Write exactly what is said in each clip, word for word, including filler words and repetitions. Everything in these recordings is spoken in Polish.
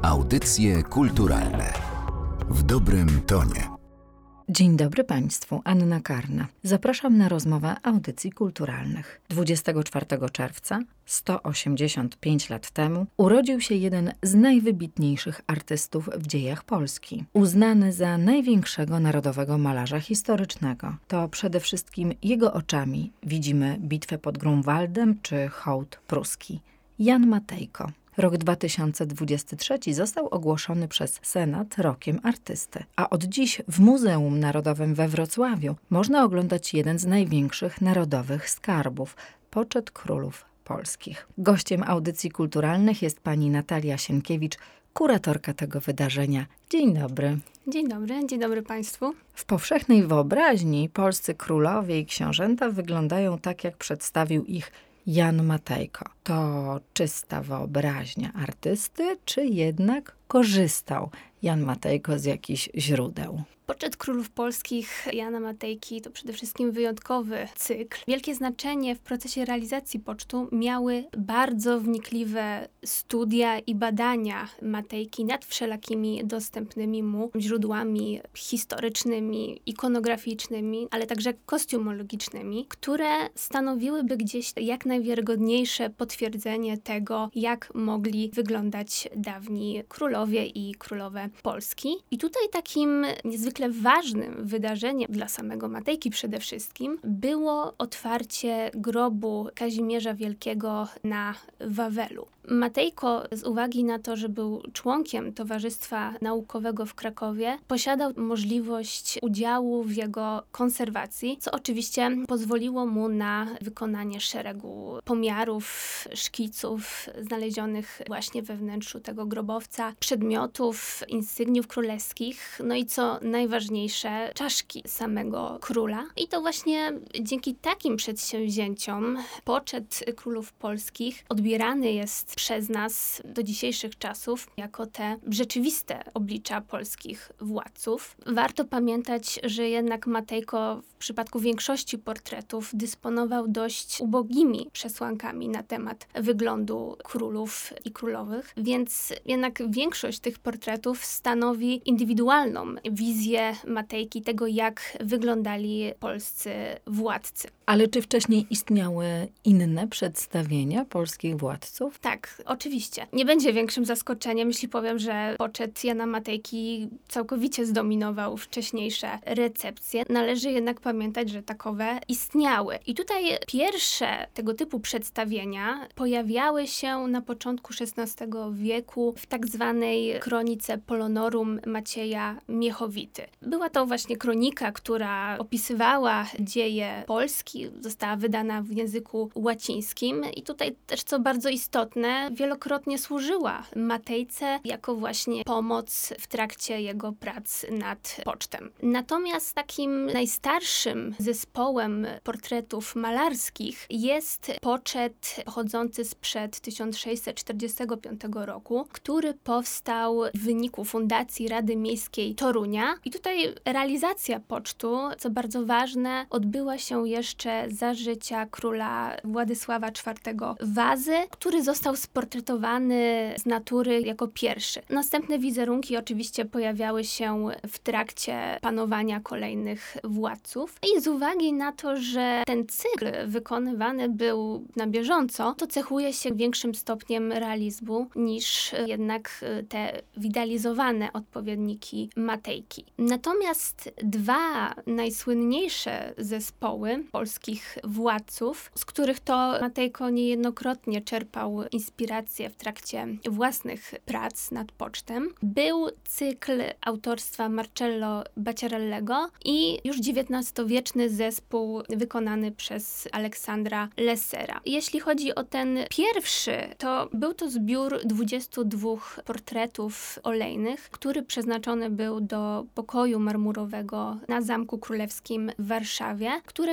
Audycje kulturalne w dobrym tonie. Dzień dobry Państwu, Anna Karna. Zapraszam na rozmowę audycji kulturalnych. dwudziestego czwartego czerwca, sto osiemdziesiąt pięć lat temu, urodził się jeden z najwybitniejszych artystów w dziejach Polski. Uznany za największego narodowego malarza historycznego. To przede wszystkim jego oczami widzimy bitwę pod Grunwaldem czy hołd pruski. Jan Matejko. Rok dwa tysiące dwudziesty trzeci został ogłoszony przez Senat rokiem artysty, a od dziś w Muzeum Narodowym we Wrocławiu można oglądać jeden z największych narodowych skarbów – poczet królów polskich. Gościem audycji kulturalnych jest pani Natalia Sienkiewicz, kuratorka tego wydarzenia. Dzień dobry. Dzień dobry, dzień dobry Państwu. W powszechnej wyobraźni polscy królowie i książęta wyglądają tak, jak przedstawił ich Jan Matejko. To czysta wyobraźnia artysty, czy jednak korzystał Jan Matejko z jakichś źródeł? Poczet królów polskich Jana Matejki to przede wszystkim wyjątkowy cykl. Wielkie znaczenie w procesie realizacji pocztu miały bardzo wnikliwe studia i badania Matejki nad wszelakimi dostępnymi mu źródłami historycznymi, ikonograficznymi, ale także kostiumologicznymi, które stanowiłyby gdzieś jak najwiarygodniejsze potwierdzenie tego, jak mogli wyglądać dawni królowie i królowe Polski. I tutaj takim niezwykle ważnym wydarzeniem dla samego Matejki przede wszystkim było otwarcie grobu Kazimierza Wielkiego na Wawelu. Matejko, z uwagi na to, że był członkiem Towarzystwa Naukowego w Krakowie, posiadał możliwość udziału w jego konserwacji, co oczywiście pozwoliło mu na wykonanie szeregu pomiarów, szkiców znalezionych właśnie we wnętrzu tego grobowca, przedmiotów, insygniów królewskich, no i co najważniejsze, czaszki samego króla. I to właśnie dzięki takim przedsięwzięciom poczet królów polskich odbierany jest przez nas do dzisiejszych czasów jako te rzeczywiste oblicza polskich władców. Warto pamiętać, że jednak Matejko w przypadku większości portretów dysponował dość ubogimi przesłankami na temat wyglądu królów i królowych, więc jednak większość tych portretów stanowi indywidualną wizję Matejki tego, jak wyglądali polscy władcy. Ale czy wcześniej istniały inne przedstawienia polskich władców? Tak, oczywiście. Nie będzie większym zaskoczeniem, jeśli powiem, że poczet Jana Matejki całkowicie zdominował wcześniejsze recepcje. Należy jednak pamiętać, że takowe istniały. I tutaj pierwsze tego typu przedstawienia pojawiały się na początku szesnastego wieku w tak zwanej kronice Polonorum Macieja Miechowity. Była to właśnie kronika, która opisywała dzieje Polski, została wydana w języku łacińskim i tutaj też, co bardzo istotne, wielokrotnie służyła Matejce jako właśnie pomoc w trakcie jego prac nad pocztem. Natomiast takim najstarszym zespołem portretów malarskich jest poczet pochodzący sprzed tysiąc sześćset czterdziestego piątego roku, który powstał w wyniku Fundacji Rady Miejskiej Torunia. I tutaj realizacja pocztu, co bardzo ważne, odbyła się jeszcze za życia króla Władysława czwartego Wazy, który został sportretowany z natury jako pierwszy. Następne wizerunki oczywiście pojawiały się w trakcie panowania kolejnych władców. I z uwagi na to, że ten cykl wykonywany był na bieżąco, to cechuje się większym stopniem realizmu niż jednak te w'idealizowane odpowiedniki Matejki. Natomiast dwa najsłynniejsze zespoły polskich władców, z których to Matejko niejednokrotnie czerpał inspirację w trakcie własnych prac nad pocztem, był cykl autorstwa Marcello Bacciarellego i już dziewiętnastowieczny zespół wykonany przez Aleksandra Lessera. Jeśli chodzi o ten pierwszy, to był to zbiór dwudziestu dwóch portretów olejnych, który przeznaczony był do pokoju marmurowego na Zamku Królewskim w Warszawie, które to Bacciarello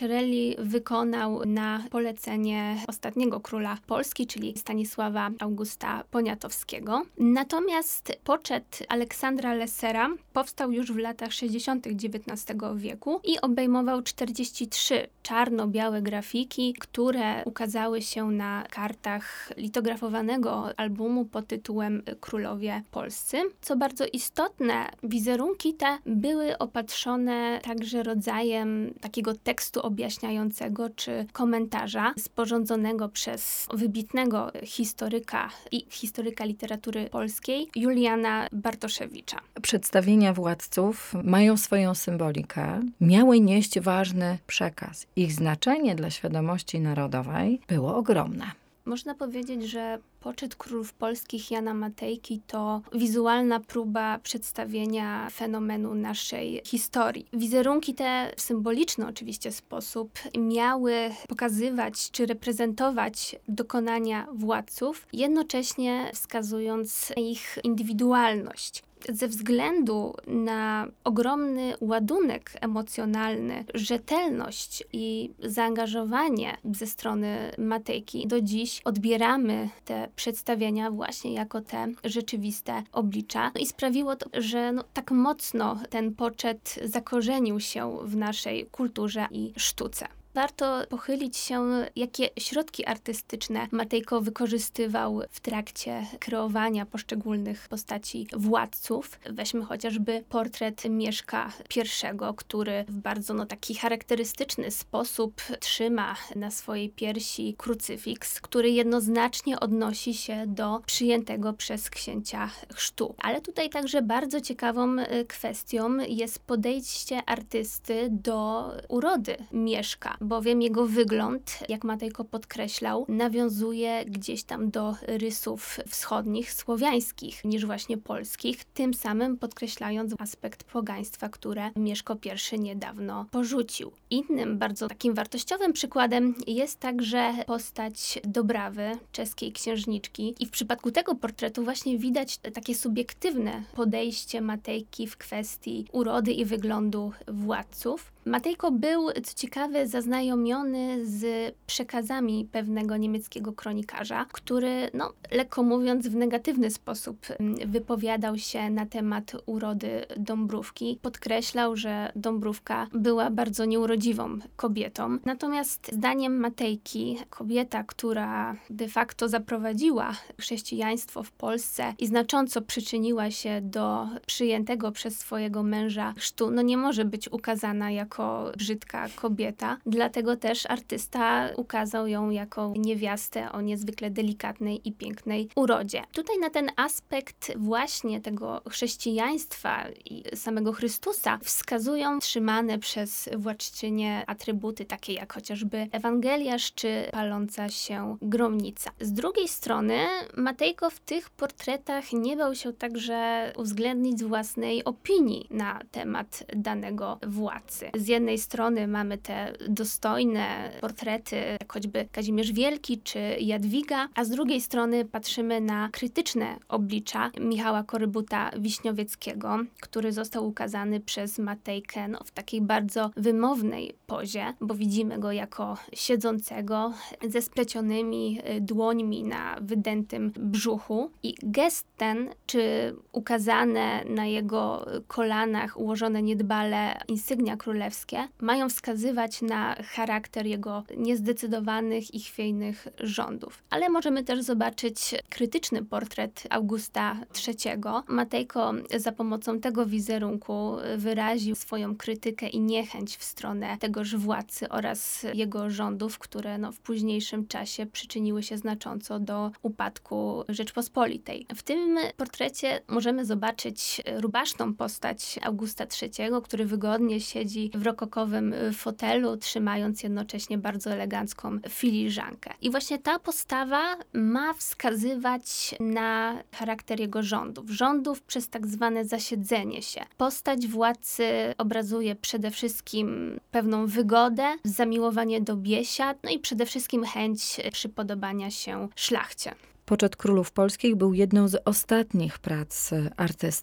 Czacharelli wykonał na polecenie ostatniego króla Polski, czyli Stanisława Augusta Poniatowskiego. Natomiast poczet Aleksandra Lessera powstał już w latach sześćdziesiątych dziewiętnastego wieku i obejmował czterdzieści trzy czarno-białe grafiki, które ukazały się na kartach litografowanego albumu pod tytułem Królowie Polscy. Co bardzo istotne, wizerunki te były opatrzone także rodzajem takiego tekstu objaśniającego czy komentarza sporządzonego przez wybitnego historyka i historyka literatury polskiej Juliana Bartoszewicza. Przedstawienia władców mają swoją symbolikę, miały nieść ważny przekaz. Ich znaczenie dla świadomości narodowej było ogromne. Można powiedzieć, że poczet królów polskich Jana Matejki to wizualna próba przedstawienia fenomenu naszej historii. Wizerunki te w symboliczny oczywiście sposób miały pokazywać czy reprezentować dokonania władców, jednocześnie wskazując ich indywidualność. Ze względu na ogromny ładunek emocjonalny, rzetelność i zaangażowanie ze strony Matejki, do dziś odbieramy te przedstawienia właśnie jako te rzeczywiste oblicza. No i sprawiło to, że no, tak mocno ten poczet zakorzenił się w naszej kulturze i sztuce. Warto pochylić się, jakie środki artystyczne Matejko wykorzystywał w trakcie kreowania poszczególnych postaci władców. Weźmy chociażby portret Mieszka pierwszego, który w bardzo no, taki charakterystyczny sposób trzyma na swojej piersi krucyfiks, który jednoznacznie odnosi się do przyjętego przez księcia chrztu. Ale tutaj także bardzo ciekawą kwestią jest podejście artysty do urody Mieszka, bowiem jego wygląd, jak Matejko podkreślał, nawiązuje gdzieś tam do rysów wschodnich, słowiańskich, niż właśnie polskich, tym samym podkreślając aspekt pogaństwa, które Mieszko pierwszy niedawno porzucił. Innym bardzo takim wartościowym przykładem jest także postać Dobrawy, czeskiej księżniczki, i w przypadku tego portretu właśnie widać takie subiektywne podejście Matejki w kwestii urody i wyglądu władców. Matejko był, co ciekawe, zaznajomiony z przekazami pewnego niemieckiego kronikarza, który, no, lekko mówiąc, w negatywny sposób wypowiadał się na temat urody Dąbrówki. Podkreślał, że Dąbrówka była bardzo nieurodziwą kobietą. Natomiast zdaniem Matejki kobieta, która de facto zaprowadziła chrześcijaństwo w Polsce i znacząco przyczyniła się do przyjętego przez swojego męża chrztu, no nie może być ukazana jako jako brzydka kobieta. Dlatego też artysta ukazał ją jako niewiastę o niezwykle delikatnej i pięknej urodzie. Tutaj na ten aspekt właśnie tego chrześcijaństwa i samego Chrystusa wskazują trzymane przez władczynię atrybuty takie jak chociażby Ewangeliarz czy paląca się gromnica. Z drugiej strony Matejko w tych portretach nie bał się także uwzględnić z własnej opinii na temat danego władcy. Z jednej strony mamy te dostojne portrety, jak choćby Kazimierz Wielki czy Jadwiga, a z drugiej strony patrzymy na krytyczne oblicza Michała Korybuta-Wiśniowieckiego, który został ukazany przez Matejkę no, w takiej bardzo wymownej pozie, bo widzimy go jako siedzącego ze splecionymi dłońmi na wydętym brzuchu i gest ten, czy ukazane na jego kolanach ułożone niedbale insygnia królewskie, mają wskazywać na charakter jego niezdecydowanych i chwiejnych rządów. Ale możemy też zobaczyć krytyczny portret Augusta trzeciego. Matejko za pomocą tego wizerunku wyraził swoją krytykę i niechęć w stronę tegoż władcy oraz jego rządów, które no, w późniejszym czasie przyczyniły się znacząco do upadku Rzeczpospolitej. W tym portrecie możemy zobaczyć rubaszną postać Augusta trzeciego, który wygodnie siedzi w rokokowym fotelu, trzymając jednocześnie bardzo elegancką filiżankę. I właśnie ta postawa ma wskazywać na charakter jego rządów. Rządów przez tak zwane zasiedzenie się. Postać władcy obrazuje przede wszystkim pewną wygodę, zamiłowanie do biesiad, no i przede wszystkim chęć przypodobania się szlachcie. Poczet królów polskich był jedną z ostatnich prac artysty.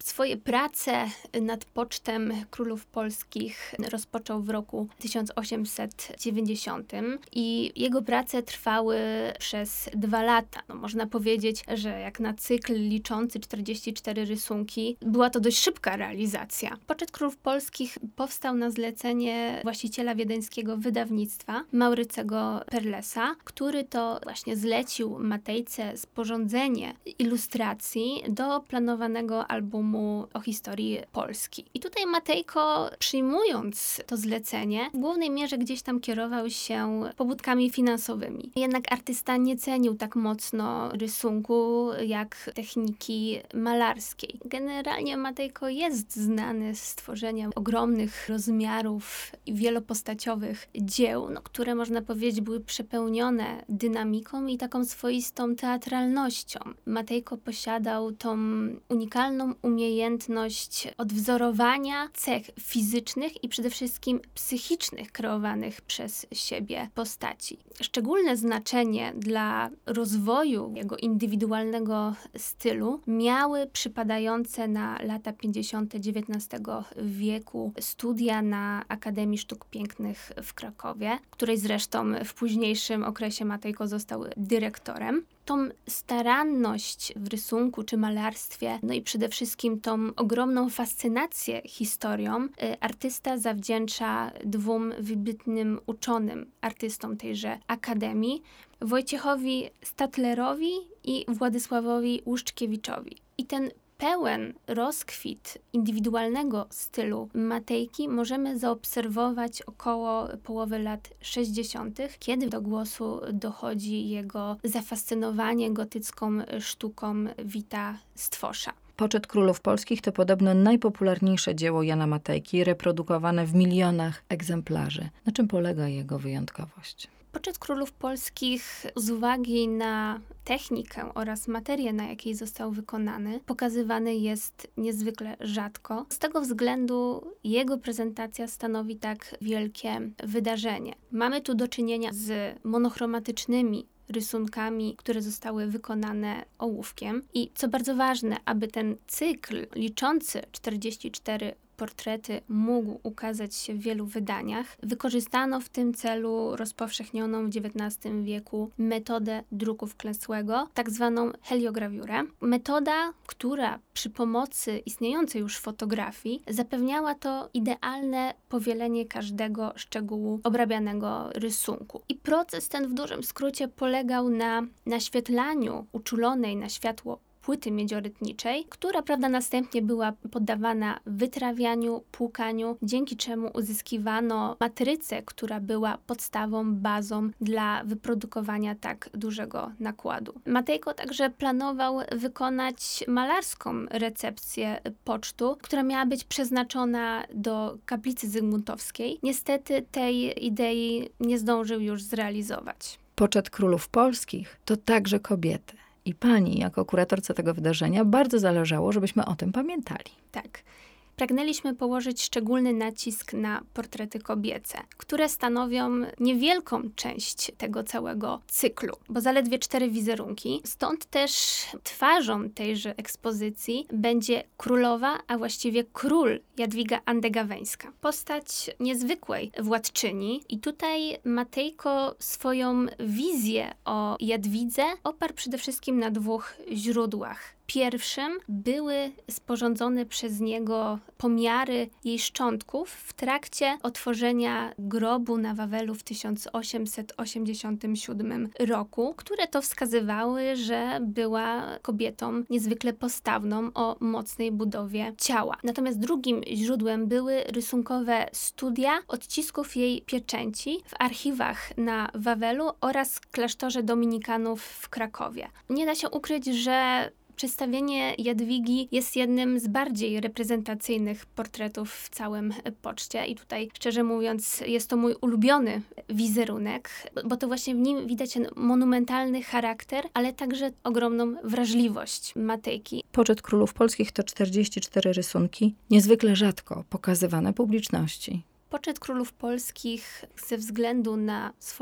Swoje prace nad pocztem królów polskich rozpoczął w roku tysiąc osiemset dziewięćdziesiątym i jego prace trwały przez dwa lata. No, można powiedzieć, że jak na cykl liczący czterdzieści cztery rysunki, była to dość szybka realizacja. Poczet królów polskich powstał na zlecenie właściciela wiedeńskiego wydawnictwa, Maurycego Perlesa, który to właśnie zlecił Matejce sporządzenie ilustracji do planowanego albumu o historii Polski. I tutaj Matejko, przyjmując to zlecenie, w głównej mierze gdzieś tam kierował się pobudkami finansowymi. Jednak artysta nie cenił tak mocno rysunku jak techniki malarskiej. Generalnie Matejko jest znany z tworzenia ogromnych rozmiarów i wielopostaciowych dzieł, no, które można powiedzieć były przepełnione dynamiką i taką swoistą teatralnością. Matejko posiadał tą unikalną umiejętność umiejętność odwzorowania cech fizycznych i przede wszystkim psychicznych kreowanych przez siebie postaci. Szczególne znaczenie dla rozwoju jego indywidualnego stylu miały przypadające na lata pięćdziesiąte dziewiętnastego wieku studia na Akademii Sztuk Pięknych w Krakowie, której zresztą w późniejszym okresie Matejko został dyrektorem. Tą staranność w rysunku czy malarstwie, no i przede wszystkim tą ogromną fascynację historią, y, artysta zawdzięcza dwóm wybitnym uczonym artystom tejże akademii, Wojciechowi Statlerowi i Władysławowi Łuszczkiewiczowi. I ten pełen rozkwit indywidualnego stylu Matejki możemy zaobserwować około połowy lat sześćdziesiątych, kiedy do głosu dochodzi jego zafascynowanie gotycką sztuką Wita Stwosza. Poczet królów polskich to podobno najpopularniejsze dzieło Jana Matejki, reprodukowane w milionach egzemplarzy. Na czym polega jego wyjątkowość? Poczet królów polskich z uwagi na technikę oraz materię, na jakiej został wykonany, pokazywany jest niezwykle rzadko. Z tego względu jego prezentacja stanowi tak wielkie wydarzenie. Mamy tu do czynienia z monochromatycznymi rysunkami, które zostały wykonane ołówkiem i co bardzo ważne, aby ten cykl liczący czterdzieści cztery portrety mógł ukazać się w wielu wydaniach, wykorzystano w tym celu rozpowszechnioną w dziewiętnastym wieku metodę druku wklęsłego, tak zwaną heliograwiurę. Metoda, która przy pomocy istniejącej już fotografii zapewniała to idealne powielenie każdego szczegółu obrabianego rysunku. I proces ten w dużym skrócie polegał na naświetlaniu uczulonej na światło płyty miedziorytniczej, która prawda następnie była poddawana wytrawianiu, płukaniu, dzięki czemu uzyskiwano matrycę, która była podstawą, bazą dla wyprodukowania tak dużego nakładu. Matejko także planował wykonać malarską recepcję pocztu, która miała być przeznaczona do kaplicy zygmuntowskiej. Niestety tej idei nie zdążył już zrealizować. Poczet królów polskich to także kobiety. I pani, jako kuratorce tego wydarzenia, bardzo zależało, żebyśmy o tym pamiętali. Tak. Pragnęliśmy położyć szczególny nacisk na portrety kobiece, które stanowią niewielką część tego całego cyklu, bo zaledwie cztery wizerunki. Stąd też twarzą tejże ekspozycji będzie królowa, a właściwie król Jadwiga Andegaweńska. Postać niezwykłej władczyni i tutaj Matejko swoją wizję o Jadwidze oparł przede wszystkim na dwóch źródłach. Pierwszym były sporządzone przez niego pomiary jej szczątków w trakcie otworzenia grobu na Wawelu w tysiąc osiemset osiemdziesiątym siódmym roku, które to wskazywały, że była kobietą niezwykle postawną o mocnej budowie ciała. Natomiast drugim źródłem były rysunkowe studia odcisków jej pieczęci w archiwach na Wawelu oraz klasztorze dominikanów w Krakowie. Nie da się ukryć, że przedstawienie Jadwigi jest jednym z bardziej reprezentacyjnych portretów w całym poczcie i tutaj, szczerze mówiąc, jest to mój ulubiony wizerunek, bo to właśnie w nim widać ten monumentalny charakter, ale także ogromną wrażliwość Matejki. Poczet królów polskich to czterdzieści cztery rysunki, niezwykle rzadko pokazywane publiczności. Poczet królów polskich ze względu na swoją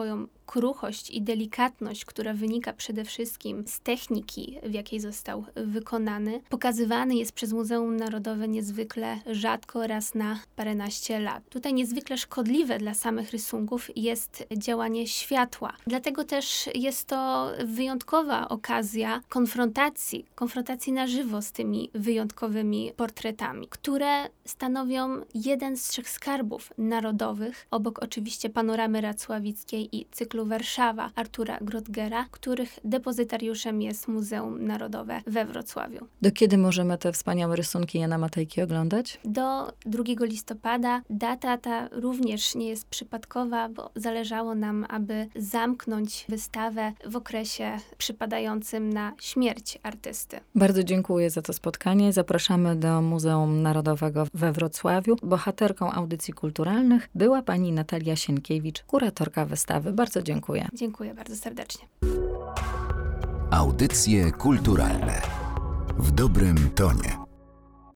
kruchość i delikatność, która wynika przede wszystkim z techniki, w jakiej został wykonany, pokazywany jest przez Muzeum Narodowe niezwykle rzadko, raz na paręnaście lat. Tutaj niezwykle szkodliwe dla samych rysunków jest działanie światła. Dlatego też jest to wyjątkowa okazja konfrontacji, konfrontacji na żywo z tymi wyjątkowymi portretami, które stanowią jeden z trzech skarbów narodowych, obok oczywiście panoramy Racławickiej i cyklu Warszawa Artura Grottgera, których depozytariuszem jest Muzeum Narodowe we Wrocławiu. Do kiedy możemy te wspaniałe rysunki Jana Matejki oglądać? Do drugiego listopada. Data ta również nie jest przypadkowa, bo zależało nam, aby zamknąć wystawę w okresie przypadającym na śmierć artysty. Bardzo dziękuję za to spotkanie. Zapraszamy do Muzeum Narodowego we Wrocławiu. Bohaterką audycji kulturalnych była pani Natalia Sienkiewicz, kuratorka wystawy. Bardzo dziękuję. Dziękuję bardzo serdecznie. Audycje kulturalne w dobrym tonie.